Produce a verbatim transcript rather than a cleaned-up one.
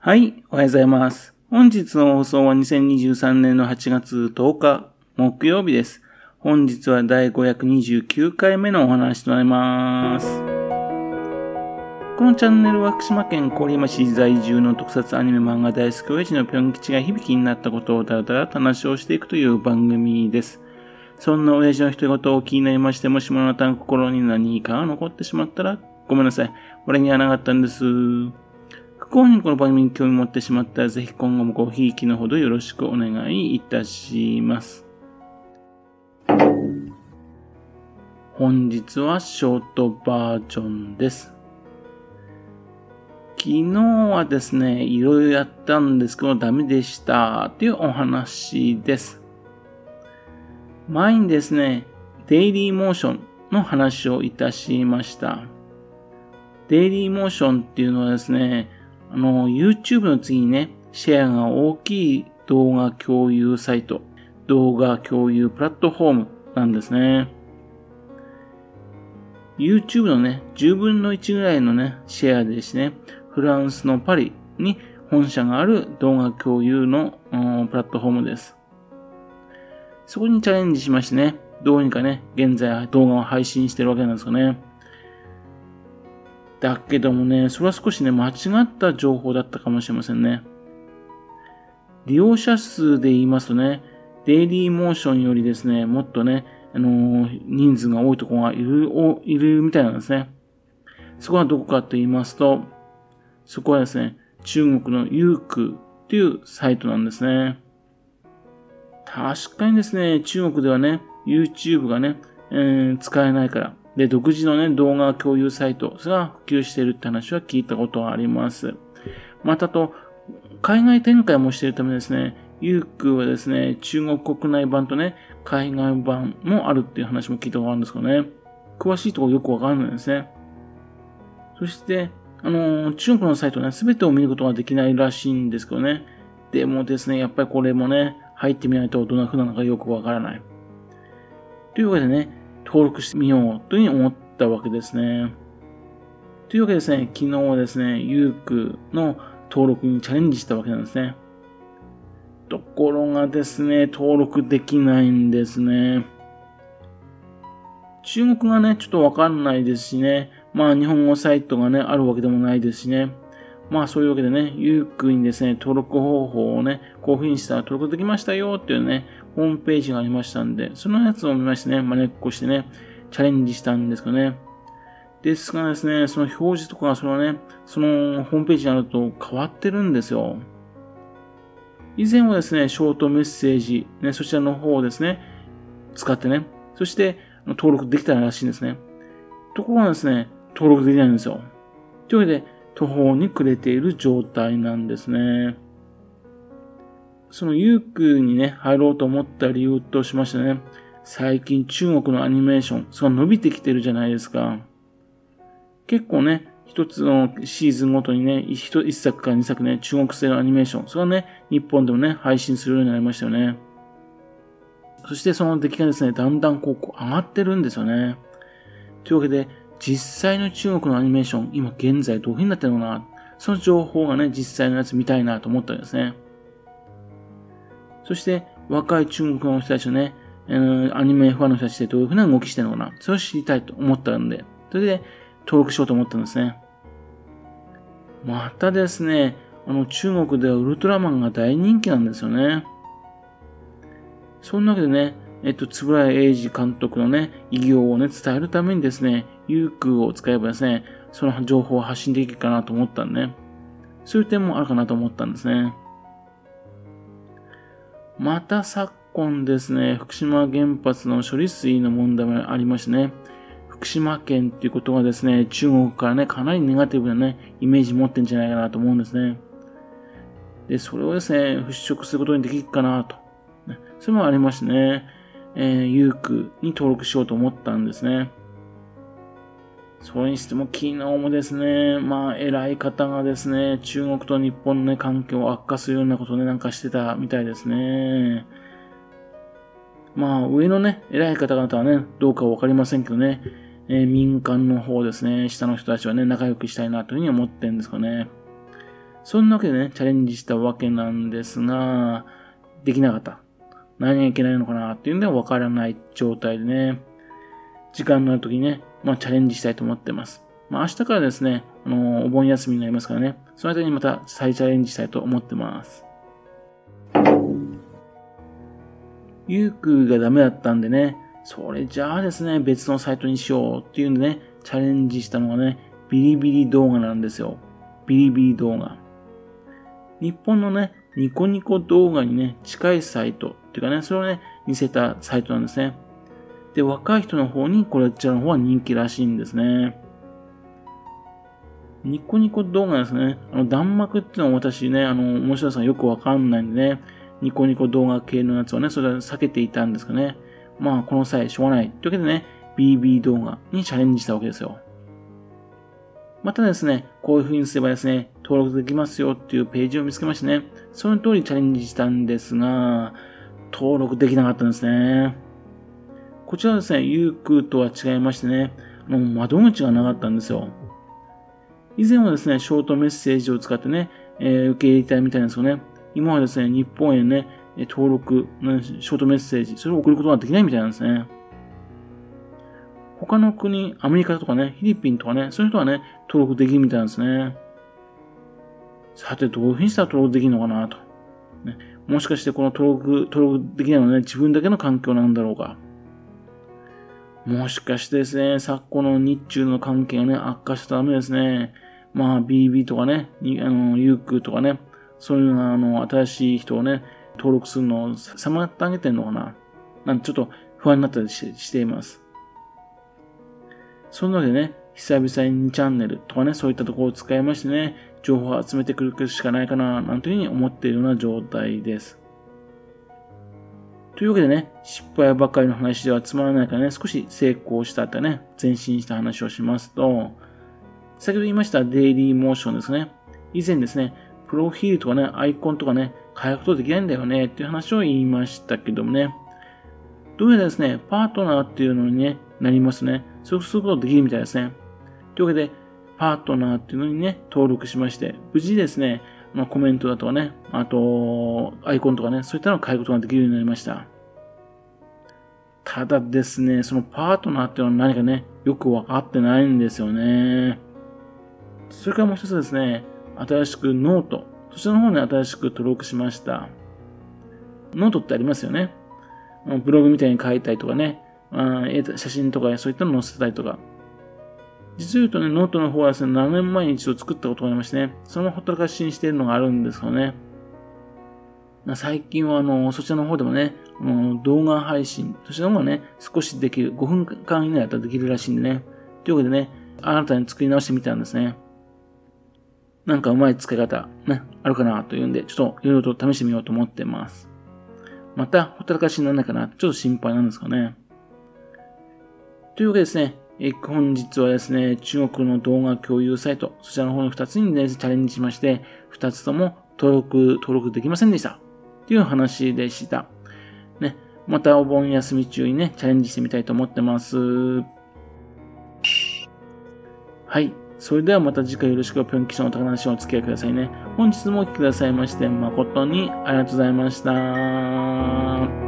はい、おはようございます。本日の放送はにせんにじゅうさんねんのはちがつとおか、木曜日です。本日はだいごひゃくにじゅうきゅうかいめのお話となります。このチャンネルは福島県郡山市在住の特撮アニメ漫画大好き親父のぴょん吉が響きになったことをだらだらと話をしていくという番組です。そんな親父の一言を気になりまして、もしもあなたの心に何かが残ってしまったらごめんなさい。俺にはなかったんです。不幸にこの番組に興味持ってしまったら、ぜひ今後もごひいきのほどよろしくお願いいたします。本日はショートバージョンです。昨日はですね、いろいろやったんですけどダメでしたというお話です。前にですね、デイリーモーションの話をいたしました。デイリーモーションっていうのはですね、あの、YouTube の次にね、シェアが大きい動画共有サイト、動画共有プラットフォームなんですね。YouTube のね、じゅうぶんのいちぐらいのね、シェアですね、フランスのパリに本社がある動画共有の、うん、プラットフォームです。そこにチャレンジしましてね、どうにかね、現在動画を配信してるわけなんですよね。だけどもね、それは少しね、間違った情報だったかもしれませんね。利用者数で言いますとね、デイリーモーションよりですね、もっとね、あのー、人数が多いところがいる、いるみたいなんですね。そこはどこかと言いますと、そこはですね、中国のユークというサイトなんですね。確かにですね、中国ではね、YouTube がね、えー、使えないから、で、独自のね、動画共有サイト、それが普及しているって話は聞いたことがあります。またと、海外展開もしているためですね、ユークはですね、中国国内版とね、海外版もあるっていう話も聞いたことあるんですけどね、詳しいところよくわかんないですね。そして、あのー、中国のサイトね、すべてを見ることができないらしいんですけどね、でもですね、やっぱりこれもね、入ってみないとどんな風なのかよくわからない。というわけでね、登録してみようというふうに思ったわけですね。というわけでですね、昨日はですね、ユークの登録にチャレンジしたわけなんですね。ところがですね、登録できないんですね。中国がね、ちょっとわかんないですしね、まあ日本語サイトがね、あるわけでもないですしね。まあそういうわけでね、ユークにですね、登録方法をね、こういうふうにしたら登録できましたよっていうね、ホームページがありましたんで、そのやつを見ましてね、真似っこしてね、チャレンジしたんですけどね。ですがですね、その表示とか、そのね、そのホームページになると変わってるんですよ。以前はですね、ショートメッセージ、ね、そちらの方をですね、使ってね、そして登録できたらしいんですね。ところがですね、登録できないんですよ。というわけで、途方に暮れている状態なんですね。そのユークにね、入ろうと思った理由としましてね、最近中国のアニメーション、それが伸びてきてるじゃないですか。結構ね、一つのシーズンごとにね、一一作か二作ね、中国製のアニメーション、それがね、日本でもね、配信するようになりましたよね。そしてその出来がですね、だんだんこう上がってるんですよね。というわけで、実際の中国のアニメーション、今現在どういう風になってるのかな、その情報がね、実際のやつ見たいなと思ったんですね。そして、若い中国の人たちのね、えー、アニメファンの人たちでどういう風な動きしてるのかな、それを知りたいと思ったんで、それで登録しようと思ったんですね。またですね、あの中国ではウルトラマンが大人気なんですよね。そんなわけでね、えっと、円谷英二監督のね、偉業をね、伝えるためにですね、ユークを使えばですね、その情報を発信できるかなと思ったんでね、そういう点もあるかなと思ったんですね。また昨今ですね、福島原発の処理水の問題もありましてね、福島県っていうことがですね、中国からね、かなりネガティブなね、イメージ持ってんじゃないかなと思うんですね。で、それをですね、払拭することにできるかなと。それもありましてね、えー、ユークに登録しようと思ったんですね。それにしても昨日もですね、まあ偉い方がですね、中国と日本のね、関係を悪化するようなことをね、なんかしてたみたいですね。まあ上のね、偉い方々はね、どうかわかりませんけどね、えー、民間の方ですね、下の人たちはね、仲良くしたいなというふうに思ってるんですかね。 そんなわけでね、チャレンジしたわけなんですが、できなかった。何がいけないのかなっていうんでわからない状態でね、時間のある時にね、まあチャレンジしたいと思ってます。まあ明日からですね、あのー、お盆休みになりますからね、その間にまた再チャレンジしたいと思ってます。ユークがダメだったんでね、それじゃあですね、別のサイトにしようっていうんでね、チャレンジしたのがね、ビリビリ動画なんですよ。ビリビリ動画。日本のね、ニコニコ動画にね、近いサイトっていうかね、それをね、似せたサイトなんですね。で、若い人の方にこちらの方は人気らしいんですね。ニコニコ動画ですね。あの、弾幕っていうのは私ね、あの、面白さがよくわかんないんでね、ニコニコ動画系のやつをね、それは避けていたんですかね。まあ、この際、しょうがない。というわけでね、ビービー 動画にチャレンジしたわけですよ。またですね、こういう風にすればですね、登録できますよっていうページを見つけましてね、その通りチャレンジしたんですが、登録できなかったんですね。こちらはですね、ユークとは違いましてね、あの窓口がなかったんですよ。以前はですね、ショートメッセージを使ってね、えー、受け入れたいみたいなんですよね。今はですね、日本へね、登録、ね、ショートメッセージ、それを送ることができないみたいなんですね。他の国、アメリカとかね、フィリピンとかね、そういう人はね、登録できるみたいなんですね。さて、どういうふうにしたら登録できるのかなと。ね、もしかしてこの登録、登録できないのはね、自分だけの環境なんだろうか。もしかしてですね、昨今の日中の関係がね、悪化したためですね、まあ、ビービー とかね、あの、ユークとかね、そういうあの、新しい人をね、登録するのを妨げてんのかな。なんてちょっと不安になったりし、しています。そんなわけでね、久々ににチャンネルとかね、そういったところを使いましてね、情報を集めてくるしかないかな、なんていうふうに思っているような状態です。というわけでね、失敗ばっかりの話ではつまらないからね、少し成功したってね、前進した話をしますと、先ほど言いましたデイリーモーションですね。以前ですね、プロフィールとかね、アイコンとかね、変えることできないんだよね、っていう話を言いましたけどもね、どうやらですね、パートナーっていうのにね、なりますね。そうすることできるみたいですね。というわけで、パートナーっていうのにね、登録しまして、無事ですね、まあ、コメントだとかね、あと、アイコンとかね、そういったのを変えることができるようになりました。ただですね、そのパートナーっていうのは何かね、よくわかってないんですよね。それからもう一つですね、新しくノート、そちらの方に新しく登録しました。ノートってありますよね。ブログみたいに書いたりとかね、写真とかそういったのを載せたりとか。実を言うとね、ノートの方はですね、ななねんまえに一度作ったことがありましてね、そのままほったらかしにしているのがあるんですよね。最近はあの、そちらの方でもね、動画配信、そちらの方がね、少しできる、ごふんかん以内だったらできるらしいんでね。というわけでね、新たに作り直してみたんですね。なんかうまい使い方、ね、あるかなというんで、ちょっといろいろと試してみようと思ってます。また、ほったらかしにならないかな、ちょっと心配なんですかね。というわけでですね、え本日はですね、中国の動画共有サイト、そちらの方のふたつに、ね、チャレンジしまして、ふたつとも登録、登録できませんでした。という話でした。ね、またお盆休み中にね、チャレンジしてみたいと思ってます。はい。それではまた次回よろしくぴょん吉のお宝話をお付き合いくださいね。本日もお聞きくださいまして誠にありがとうございました。